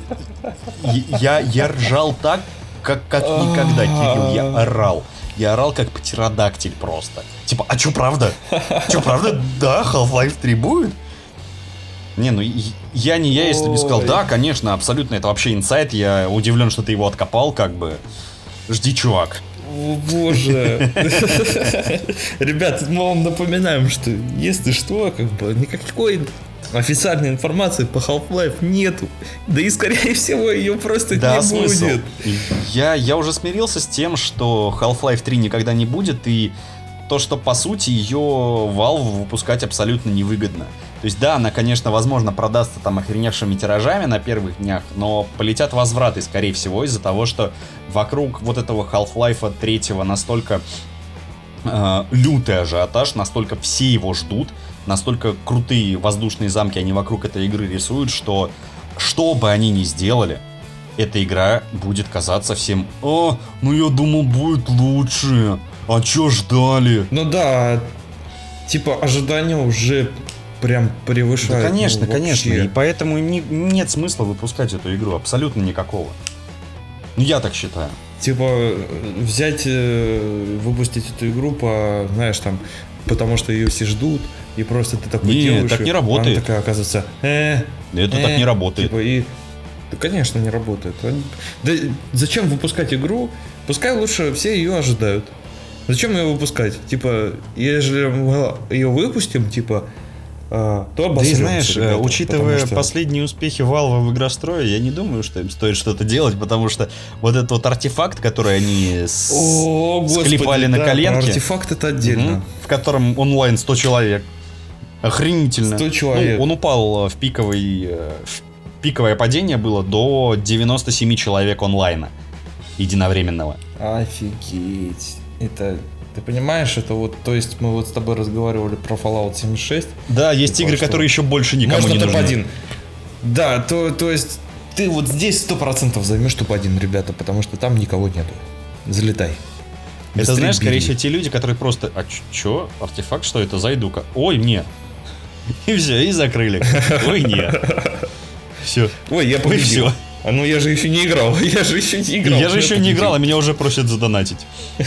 Я, я ржал так, как, как никогда, Кирилл. Я орал. Я орал, как птеродактиль просто. Типа, а что, правда? Что, правда? Да, Half-Life три будет? Не, ну я не я, если бы сказал, да, конечно, абсолютно, это вообще инсайт. Я удивлен, что ты его откопал, как бы. Жди, чувак. О боже. Ребят, мы вам напоминаем, что если что, как бы никакой официальной информации по Half-Life нету. Да и скорее всего ее просто да, не смысл? будет. Я, я уже смирился с тем, что Half-Life три никогда не будет, и то, что по сути ее Valve выпускать абсолютно невыгодно. То есть да, она, конечно, возможно, продастся там охреневшими тиражами на первых днях, но полетят возвраты, скорее всего, из-за того, что вокруг вот этого Half-Life три настолько э, лютый ажиотаж, настолько все его ждут, настолько крутые воздушные замки они вокруг этой игры рисуют, что что бы они ни сделали, эта игра будет казаться всем: «О, ну я думал, будет лучше, а чё ждали?» Ну да, типа ожидания уже... прям превышает. Да, конечно, ну, конечно. И поэтому не, нет смысла выпускать эту игру. Абсолютно никакого. Ну, я так считаю. Типа, взять, выпустить эту игру по, знаешь, там, потому что ее все ждут, и просто ты такой не, делаешь. так не работает. Она такая, оказывается, э, это э, так не работает. Типа, и... Да, конечно, не работает. Да зачем выпускать игру? Пускай лучше все ее ожидают. Зачем ее выпускать? Типа, если мы ее выпустим, типа, А, то да и знаешь, ребята, учитывая что... последние успехи Valve в игрострое, я не думаю, что им стоит что-то делать, потому что вот этот вот артефакт, который они с... О, склепали Господи, на да, коленке, артефакт это отдельно, угу, в котором онлайн сто человек, охренительно. сто человек. Ну, он упал в пиковый, в пиковое падение было до девяносто семь человек онлайна единовременного. Офигеть, это... Ты понимаешь, это вот, то есть мы вот с тобой разговаривали про Fallout семьдесят шесть. Да, есть игры, которые еще больше никому можно не нужны. топ один. Да, то, то есть ты вот здесь сто процентов займешь топ один, ребята, потому что там никого нету. Залетай. Быстрее это, знаешь, бери. Скорее всего, те люди, которые просто, а чё, артефакт, что это, зайду-ка. Ой, не. И все, и закрыли. Ой, не. Все. Ой, я победил. А ну я же еще не играл, я же еще не играл. Я же еще не играл, а меня уже просят задонатить.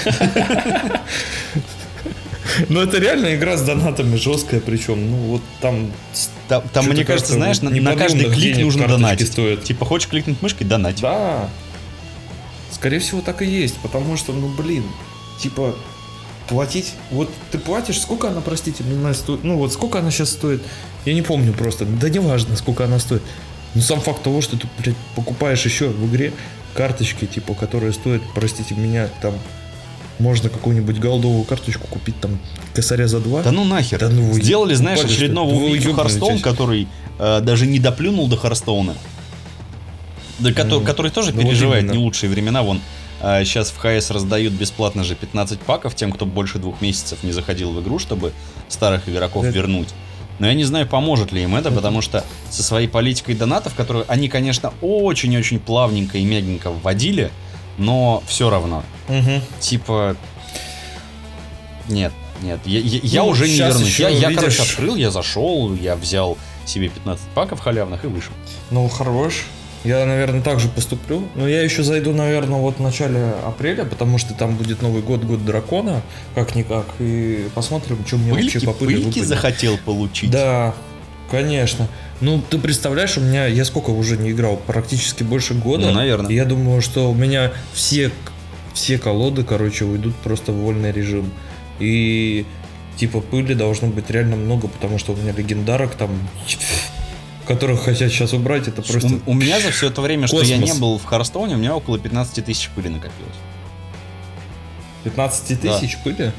Ну это реально игра с донатами жесткая, причем, ну вот там... Там, там мне кажется, знаешь, на, на каждый клик нужно донатить. Стоят. Типа, хочешь кликнуть мышкой, донать. Да. Скорее всего так и есть, потому что, ну блин, типа, платить... Вот ты платишь, сколько она, простите, меня стоит? Ну вот сколько она сейчас стоит? Я не помню просто, да неважно, сколько она стоит. Но сам факт того, что ты, блядь, покупаешь еще в игре карточки, типа, которые стоят, простите меня, там... Можно какую-нибудь голдовую карточку купить там косаря за два. Да ну нахер. Да ну, сделали, знаешь, очередного убийцу Харстоун, который э, даже не доплюнул до Харстоуна. Да, который, mm. который тоже ну, переживает вот не лучшие времена. Вон э, сейчас в ХС раздают бесплатно же пятнадцать паков тем, кто больше двух месяцев не заходил в игру, чтобы старых игроков это... вернуть. Но я не знаю, поможет ли им это, это, потому что со своей политикой донатов, которую они, конечно, очень-очень плавненько и мягенько вводили, но все равно. Угу. Типа... Нет, нет. Я, я, ну, я уже не вернусь. Я, я видишь... короче, открыл, я зашел, я взял себе пятнадцать паков халявных и вышел. Ну, хорош. Я, наверное, так же поступлю. Но я еще зайду, наверное, вот в начале апреля, потому что там будет Новый год, год дракона, как-никак. И посмотрим, что мне пыльки, вообще по пыли пыльки выпадет. захотел получить. Да, конечно. Ну, ты представляешь, у меня, я сколько уже не играл, практически больше года. Ну, наверное. Я думаю, что у меня все, все колоды, короче, уйдут просто в вольный режим. И типа пыли должно быть реально много, потому что у меня легендарок там, которых хотят сейчас убрать, это просто... У, у меня за все это время, космос. Что я не был в Харстоуне, у меня около пятнадцать тысяч пыли накопилось. пятнадцать тысяч да. пыли?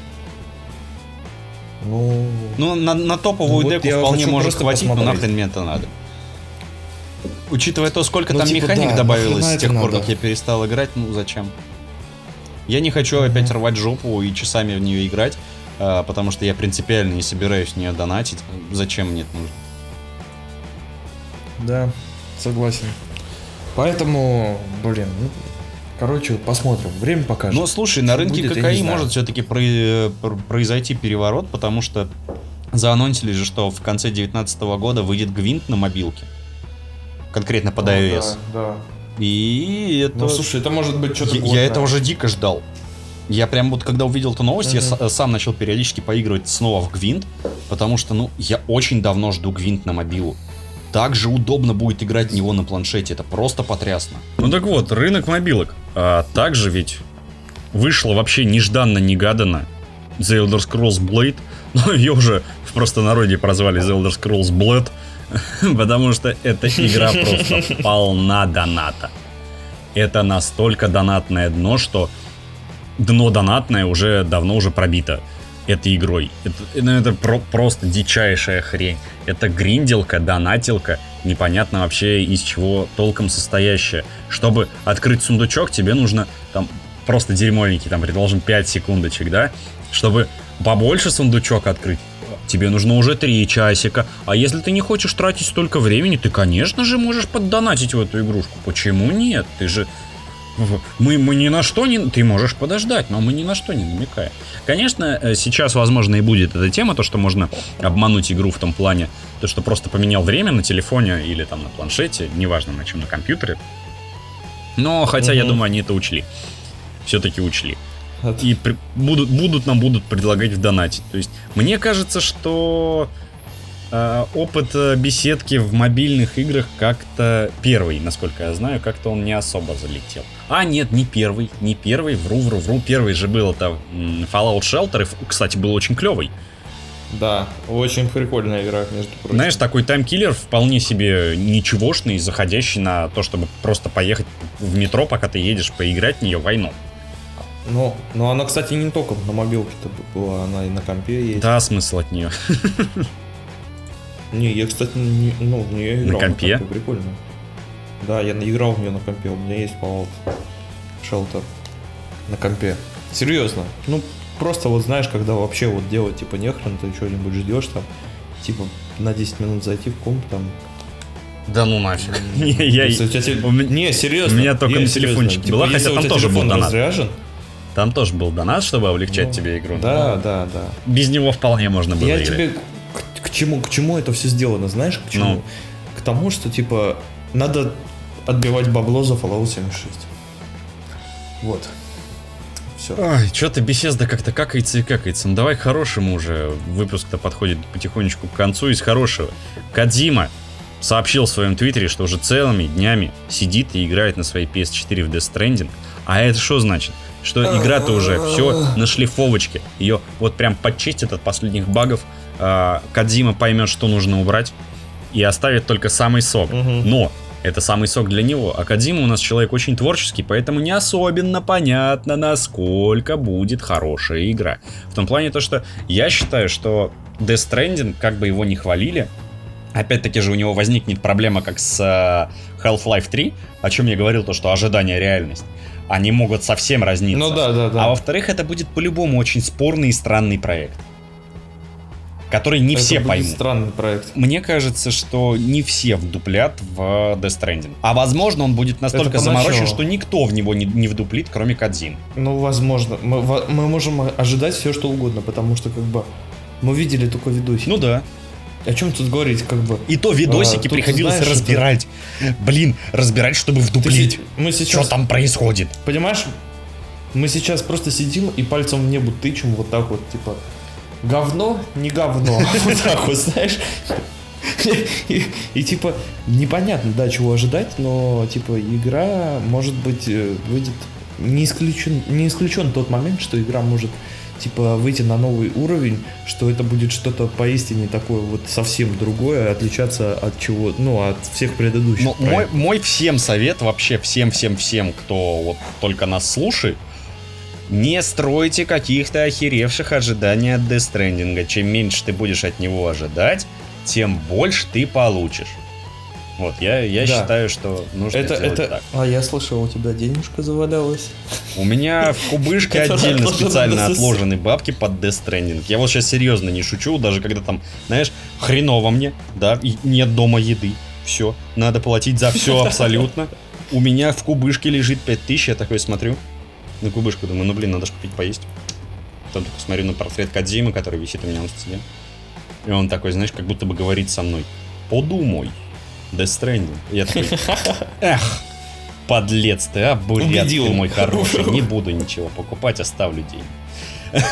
Ну, ну на, на топовую вот деку вполне может хватить, посмотреть. Но нахрен мне это надо. Учитывая то, сколько ну, там типа, механик да, добавилось с тех пор, надо. Как я перестал играть, ну зачем? Я не хочу mm-hmm. опять рвать жопу и часами в нее играть, а, потому что я принципиально не собираюсь в нее донатить. Зачем мне это нужно? Да, согласен. Поэтому, блин, ну, короче, посмотрим. Время покажет. Ну, слушай, на рынке ККИ может все-таки произойти переворот, потому что заанонсили же, что в конце две тысячи девятнадцатого года выйдет Гвинт на мобилке. Конкретно под iOS. Да, да. И это... Ну, слушай, это может быть что-то Я, я этого уже дико ждал. Я прям вот, когда увидел эту новость, uh-huh. я с- сам начал периодически поигрывать снова в Гвинт, потому что, ну, я очень давно жду Гвинт на мобилу. Так же удобно будет играть в него на планшете, это просто потрясно. Ну так вот, рынок мобилок. А также ведь вышло вообще нежданно-негаданно The Elder Scrolls Blade, но ее уже в простонародье прозвали The Elder Scrolls Blade, потому что эта игра просто полна доната. Это настолько донатное дно, что дно донатное уже давно уже пробито этой игрой. Это, ну, это про- просто дичайшая хрень. Это гринделка, донатилка, непонятно вообще из чего толком состоящая. Чтобы открыть сундучок, тебе нужно там просто дерьмовенький, там, предположим, пять секундочек, да? Чтобы побольше сундучок открыть, тебе нужно уже три часика. А если ты не хочешь тратить столько времени, ты, конечно же, можешь поддонатить в эту игрушку. Почему нет? Ты же... Мы, мы ни на что не... Ты можешь подождать, но мы ни на что не намекаем. Конечно, сейчас, возможно, и будет эта тема, то, что можно обмануть игру в том плане, то, что просто поменял время на телефоне или там на планшете, неважно на чем, на компьютере. Но, хотя, угу. я думаю, они это учли. Все-таки учли. Это... И при... будут, будут нам будут предлагать в донате. То есть, мне кажется, что... опыт беседки в мобильных играх как-то первый, насколько я знаю, как-то он не особо залетел. А нет, не первый, не первый, вру, вру, вру. Первый же был это Fallout Shelter, и, кстати, был очень клевый. Да, очень прикольная игра, между прочим. Знаешь, такой таймкиллер вполне себе ничегошный, заходящий на то, чтобы просто поехать в метро, пока ты едешь, поиграть в нее в войну. Ну, но она, кстати, не только на мобилке-то была, она и на компе есть. Да, смысл от нее. Не, я, кстати, не, ну, в нее играл. На компе? На компе, прикольно. Да, я играл в нее на компе, у меня есть Fallout Shelter на компе. Серьезно. Ну, просто вот знаешь, когда вообще вот делать, типа, нехрен, ты что-нибудь ждешь там, типа, на десять минут зайти в комп там. Да ну нафиг. Не, серьезно. У меня только на телефончике была, хотя там тоже был донат. Там тоже был донат, чтобы облегчать тебе игру. Да, да, да. Без него вполне можно было играть. Я тебе... К чему, к чему это все сделано, знаешь, к чему? Ну. К тому, что, типа, надо отбивать бабло за Fallout семьдесят шесть. Вот. Все. Ой, что-то Bethesda как-то какается и какается. Ну давай к хорошему уже. Выпуск-то подходит потихонечку к концу. Из хорошего. Кодзима сообщил в своем твиттере, что уже целыми днями сидит и играет на своей пи эс четыре в Death Stranding. А это что значит? Что игра-то уже все на шлифовочке. Ее вот прям подчистят от последних багов. Кодзима поймет, что нужно убрать, и оставит только самый сок. Угу. Но это самый сок для него. А Кодзима у нас человек очень творческий, поэтому не особенно понятно, насколько будет хорошая игра. В том плане то, что я считаю, что Death Stranding, как бы его ни хвалили, опять-таки же у него возникнет проблема, как с Half-Life три, о чем я говорил, то, что ожидание реальность. Они могут совсем разниться. Ну да, да, да. А во-вторых, это будет по-любому очень спорный и странный проект, который не это все будет поймут. Странный проект. Мне кажется, что не все вдуплят в Death Stranding. А возможно, он будет настолько заморочен, что никто в него не, не вдуплит, кроме Кодзимы. Ну, возможно. Мы, мы можем ожидать все, что угодно, потому что, как бы, мы видели только видосики. Ну да. О чем тут говорить, как бы? И то видосики а, приходилось знаешь, разбирать. Это... Блин, разбирать, чтобы вдуплить. Ты, мы сейчас... Что там происходит? Понимаешь, мы сейчас просто сидим и пальцем в небо тычем вот так вот, типа, говно, не говно. Вот так вот, знаешь. И, и типа, непонятно, да, чего ожидать, но, типа, игра, может быть, выйдет... Не исключен, не исключен тот момент, что игра может... типа выйти на новый уровень, что это будет что-то поистине такое вот совсем другое, отличаться от чего, ну, от всех предыдущих. Ну, мой, мой всем совет, вообще всем-всем-всем, кто вот только нас слушает, не стройте каких-то охеревших ожиданий от Death Stranding. Чем меньше ты будешь от него ожидать, тем больше ты получишь. Вот, я, я да. считаю, что нужно это, делать это... так. А я слышал, у тебя денежка завалялась. У меня в кубышке отдельно специально отложены бабки под Death Stranding. Я вот сейчас серьезно не шучу, даже когда там, знаешь, хреново мне, да, и нет дома еды. Все, надо платить за все абсолютно. У меня в кубышке лежит пять тысяч, я такой смотрю на кубышку, думаю, ну блин, надо же купить поесть. Потом только смотрю на портрет Кодзимы, который висит у меня на стене. И он такой, знаешь, как будто бы говорит со мной: подумай. Death Stranding. Я такой, эх, подлец ты, а, бурят ты мой хороший. Не буду ничего покупать, оставлю деньги.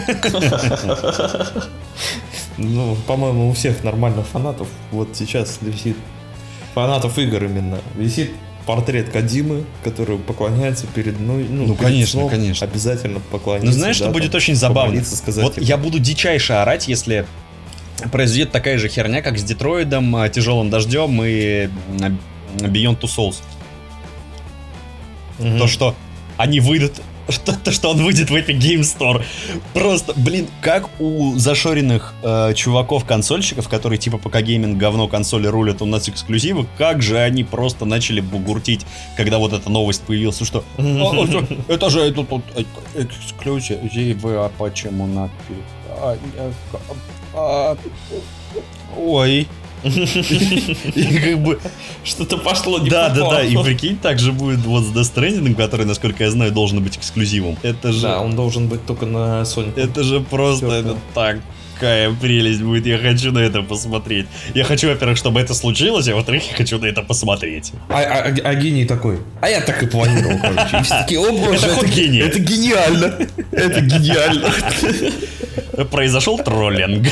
Ну, по-моему, у всех нормальных фанатов вот сейчас висит, фанатов игр именно, висит портрет Кодзимы, который поклоняется перед, ну, ну, ну перед конечно, сном, конечно. Обязательно поклоняться. Ну, знаешь, да, что будет там, очень забавно? Сказать, вот типа... я буду дичайше орать, если произойдет такая же херня, как с Детроидом, Тяжелым дождем и Beyond Two Souls. Mm-hmm. То, что они выйдут, что, то, что он выйдет в Epic Game Store. Просто, блин, как у зашоренных э, чуваков-консольщиков, которые типа пока гейминг говно, консоли рулят, у нас эксклюзивы, как же они просто начали бугуртить, когда вот эта новость появилась, что mm-hmm. это же это тут эксклюзивы, а почему написано? А, ой. И как бы что-то пошло не да, по Да, да, да, и прикинь, так же будет вот с Death Stranding, который, насколько я знаю, должен быть эксклюзивом. Это же... Да, он должен быть только на Sony. Это же просто, Все, это да. такая прелесть будет, я хочу на это посмотреть. Я хочу, во-первых, чтобы это случилось, а во-вторых, я хочу на это посмотреть. А, а, а, а гений такой: а я так и планировал, короче. И все такие: о боже, это, это гений. Это гениально. Это гениально. Произошел троллинг.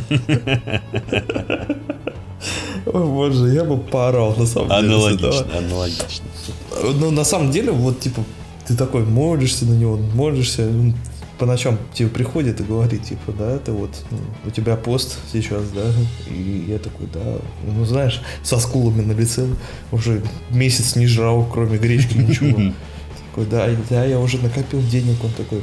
О боже, я бы поорал, на самом деле. Аналогично, аналогично. Ну, на самом деле, вот, типа, ты такой молишься на него, молишься, по ночам тебе приходит и говорит, типа, да, ты вот, ну, у тебя пост сейчас, да, и я такой, да, ну, знаешь, со скулами на лице, уже месяц не жрал, кроме гречки, ничего. Такой, да, да, я уже накопил денег, он такой...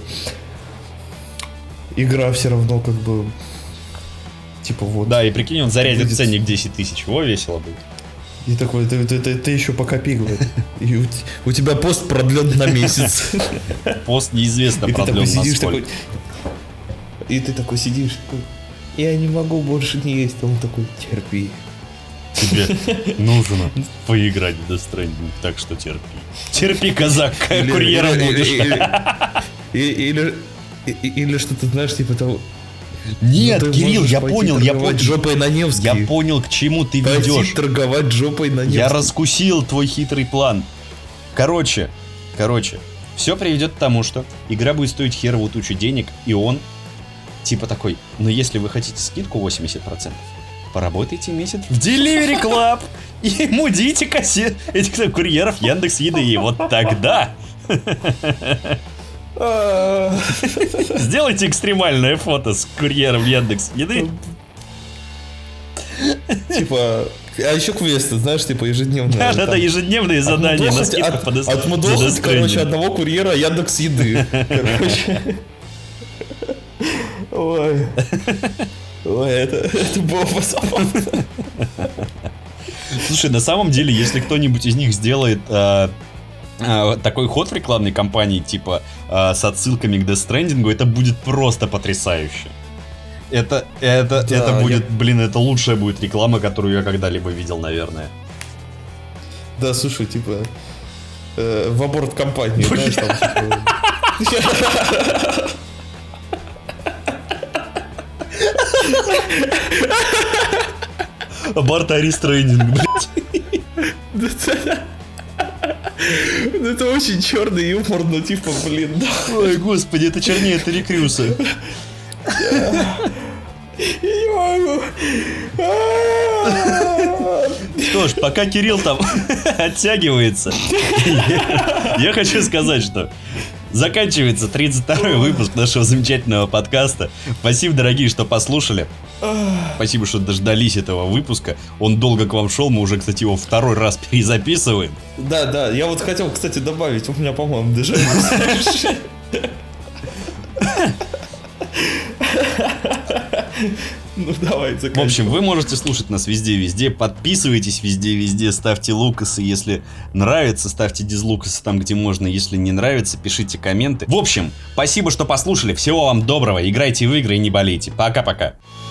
Игра все равно как бы типа вот. Да, и прикинь, он зарядит будет... ценник десять тысяч, его весело будет. И такой, ты, ты, ты, ты еще покопи, говорит. И у, у тебя пост продлен на месяц. Пост неизвестно продлен на сколько. И ты такой сидишь, такой, я не могу больше не есть. Он такой, терпи. Тебе нужно поиграть в Death Stranding, так что терпи. Терпи, казак, курьером будешь. Или... Или что-то, знаешь, типа того, Нет, ну, Кирилл, я понял, я понял. Жопой на Невский. Я понял, к чему ты ведешь. Пойти торговать жопой на Невский. Я раскусил твой хитрый план. Короче, короче, все приведет к тому, что игра будет стоить херовую тучу денег, и он типа такой, ну если вы хотите скидку восемьдесят процентов, поработайте месяц в Delivery Club и мудите кассе этих курьеров Яндекс.Еды, и вот тогда сделайте экстремальное фото с курьером Яндекс.Еды. Типа, а еще квесты, знаешь, типа ежедневные. Да-да-да, ежедневные задания на скидку под Отмудохать, короче, одного курьера Яндекс.Еды. Короче. Ой. Ой, это, это было бы забавно. Слушай, на самом деле, если кто-нибудь из них сделает а, а, такой ход в рекламной кампании, типа а, с отсылками к Death Stranding, это будет просто потрясающе. Это, это, да, это будет, я... блин, это лучшая будет реклама, которую я когда-либо видел, наверное. Да, слушай, типа, э, в аборт-компании, знаешь, там, типа... Аборт-арист-трейдинг, блядь. Это очень черный юмор, но типа, блин, да. Ой, господи, это чернее Терри Крюса. Я не могу. Что ж, пока Кирилл там оттягивается, я хочу сказать, что заканчивается тридцать второй выпуск нашего замечательного подкаста. Спасибо, дорогие, что послушали. Спасибо, что дождались этого выпуска. Он долго к вам шел, мы уже, кстати, его второй раз перезаписываем. Да, да, я вот хотел, кстати, добавить, у меня, по-моему, дежавю. Ну давай, заканчивай. В общем, вы можете слушать нас везде-везде. Подписывайтесь везде-везде. Ставьте лукасы, если нравится. Ставьте дизлукасы там, где можно. Если не нравится, пишите комменты. В общем, спасибо, что послушали. Всего вам доброго. Играйте в игры и не болейте. Пока-пока.